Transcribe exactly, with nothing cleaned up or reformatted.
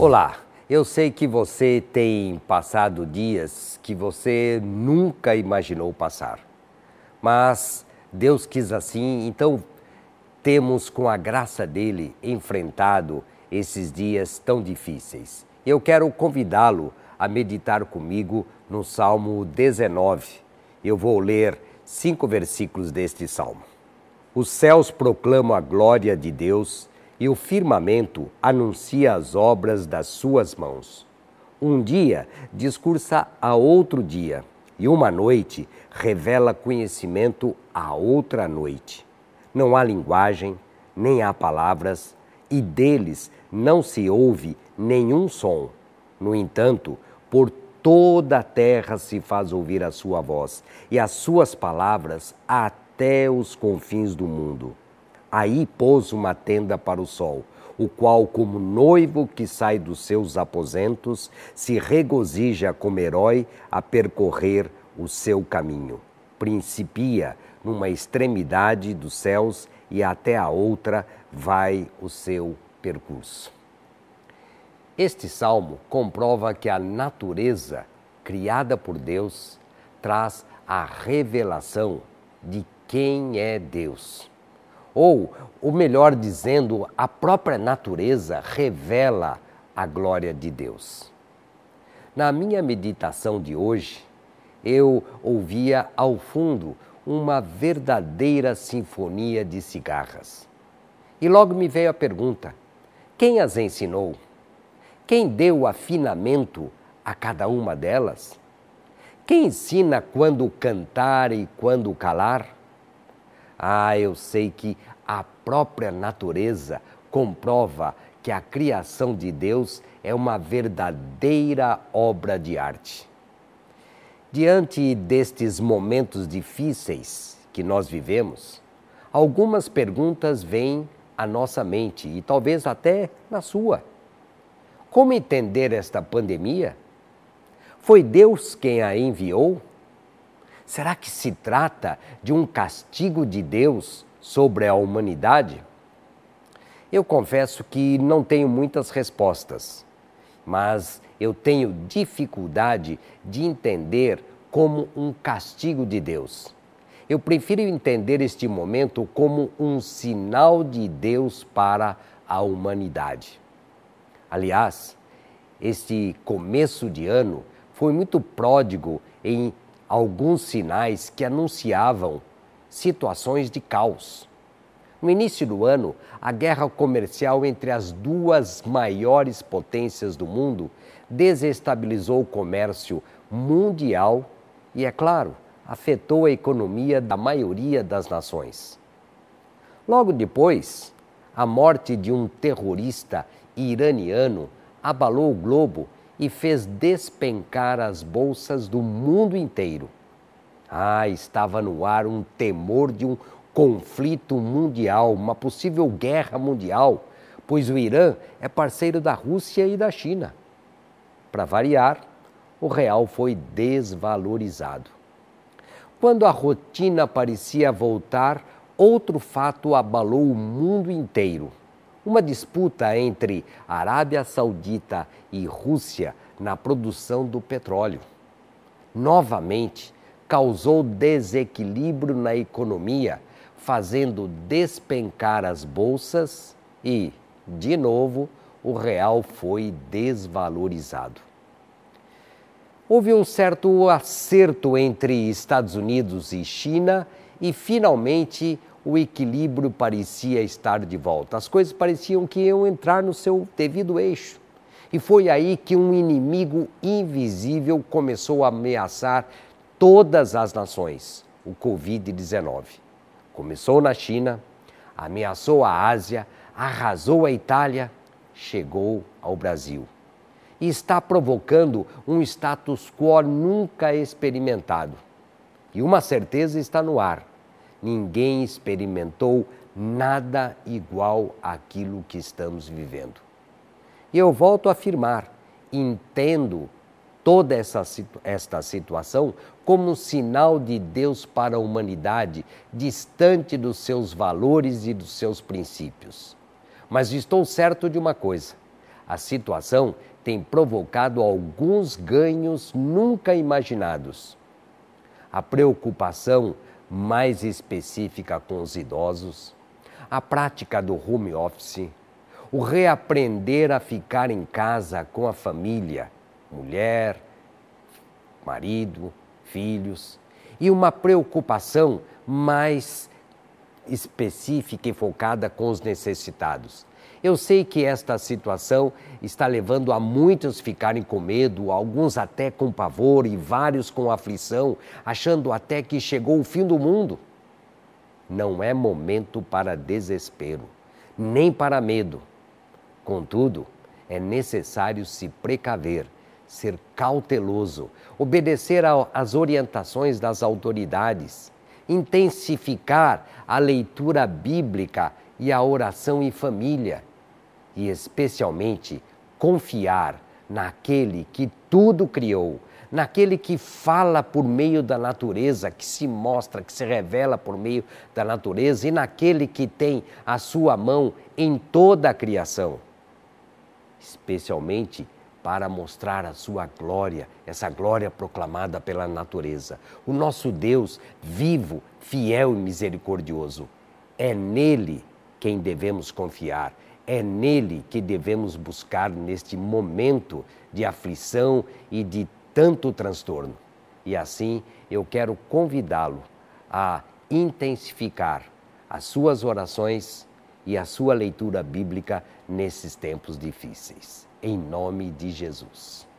Olá, eu sei que você tem passado dias que você nunca imaginou passar, mas Deus quis assim, então temos, com a graça dele, enfrentado esses dias tão difíceis. Eu quero convidá-lo a meditar comigo no Salmo dezenove. Eu vou ler cinco versículos deste salmo. Os céus proclamam a glória de Deus e o firmamento anuncia as obras das suas mãos. Um dia discursa a outro dia, e uma noite revela conhecimento a outra noite. Não há linguagem, nem há palavras, e deles não se ouve nenhum som. No entanto, por toda a terra se faz ouvir a sua voz, e as suas palavras até os confins do mundo. Aí pôs uma tenda para o sol, o qual, como noivo que sai dos seus aposentos, se regozija como herói a percorrer o seu caminho. Principia numa extremidade dos céus e até a outra vai o seu percurso. Este salmo comprova que a natureza criada por Deus traz a revelação de quem é Deus. Ou, o melhor dizendo, a própria natureza revela a glória de Deus. Na minha meditação de hoje, eu ouvia ao fundo uma verdadeira sinfonia de cigarras. E logo me veio a pergunta: quem as ensinou? Quem deu o afinamento a cada uma delas? Quem ensina quando cantar e quando calar? Ah, eu sei que a própria natureza comprova que a criação de Deus é uma verdadeira obra de arte. Diante destes momentos difíceis que nós vivemos, algumas perguntas vêm à nossa mente e talvez até na sua. Como entender esta pandemia? Foi Deus quem a enviou? Será que se trata de um castigo de Deus sobre a humanidade? Eu confesso que não tenho muitas respostas, mas eu tenho dificuldade de entender como um castigo de Deus. Eu prefiro entender este momento como um sinal de Deus para a humanidade. Aliás, este começo de ano foi muito pródigo em alguns sinais que anunciavam situações de caos. No início do ano, a guerra comercial entre as duas maiores potências do mundo desestabilizou o comércio mundial e, é claro, afetou a economia da maioria das nações. Logo depois, a morte de um terrorista iraniano abalou o globo e fez despencar as bolsas do mundo inteiro. Ah, estava no ar um temor de um conflito mundial, uma possível guerra mundial, pois o Irã é parceiro da Rússia e da China. Para variar, o real foi desvalorizado. Quando a rotina parecia voltar, outro fato abalou o mundo inteiro. Uma disputa entre Arábia Saudita e Rússia na produção do petróleo. Novamente, causou desequilíbrio na economia, fazendo despencar as bolsas e, de novo, o real foi desvalorizado. Houve um certo acerto entre Estados Unidos e China e, finalmente, o equilíbrio parecia estar de volta. As coisas pareciam que iam entrar no seu devido eixo. E foi aí que um inimigo invisível começou a ameaçar todas as nações, o covid dezenove. Começou na China, ameaçou a Ásia, arrasou a Itália, chegou ao Brasil. E está provocando um status quo nunca experimentado. E uma certeza está no ar: ninguém experimentou nada igual àquilo que estamos vivendo. E eu volto a afirmar, entendo toda essa, esta situação como um sinal de Deus para a humanidade, distante dos seus valores e dos seus princípios. Mas estou certo de uma coisa: A situação tem provocado alguns ganhos nunca imaginados. A preocupação mais específica com os idosos, a prática do home office, o reaprender a ficar em casa com a família, mulher, marido, filhos, e uma preocupação mais específica e focada com os necessitados. Eu sei que esta situação está levando a muitos ficarem com medo, alguns até com pavor e vários com aflição, achando até que chegou o fim do mundo. Não é momento para desespero, nem para medo. Contudo, é necessário se precaver, ser cauteloso, obedecer às orientações das autoridades, intensificar a leitura bíblica e a oração em família, e especialmente confiar naquele que tudo criou, naquele que fala por meio da natureza, que se mostra, que se revela por meio da natureza, e naquele que tem a sua mão em toda a criação, especialmente para mostrar a sua glória, essa glória proclamada pela natureza. O nosso Deus vivo, fiel e misericordioso. É nele quem devemos confiar, é nele que devemos buscar neste momento de aflição e de tanto transtorno. E assim eu quero convidá-lo a intensificar as suas orações e a sua leitura bíblica nesses tempos difíceis. Em nome de Jesus.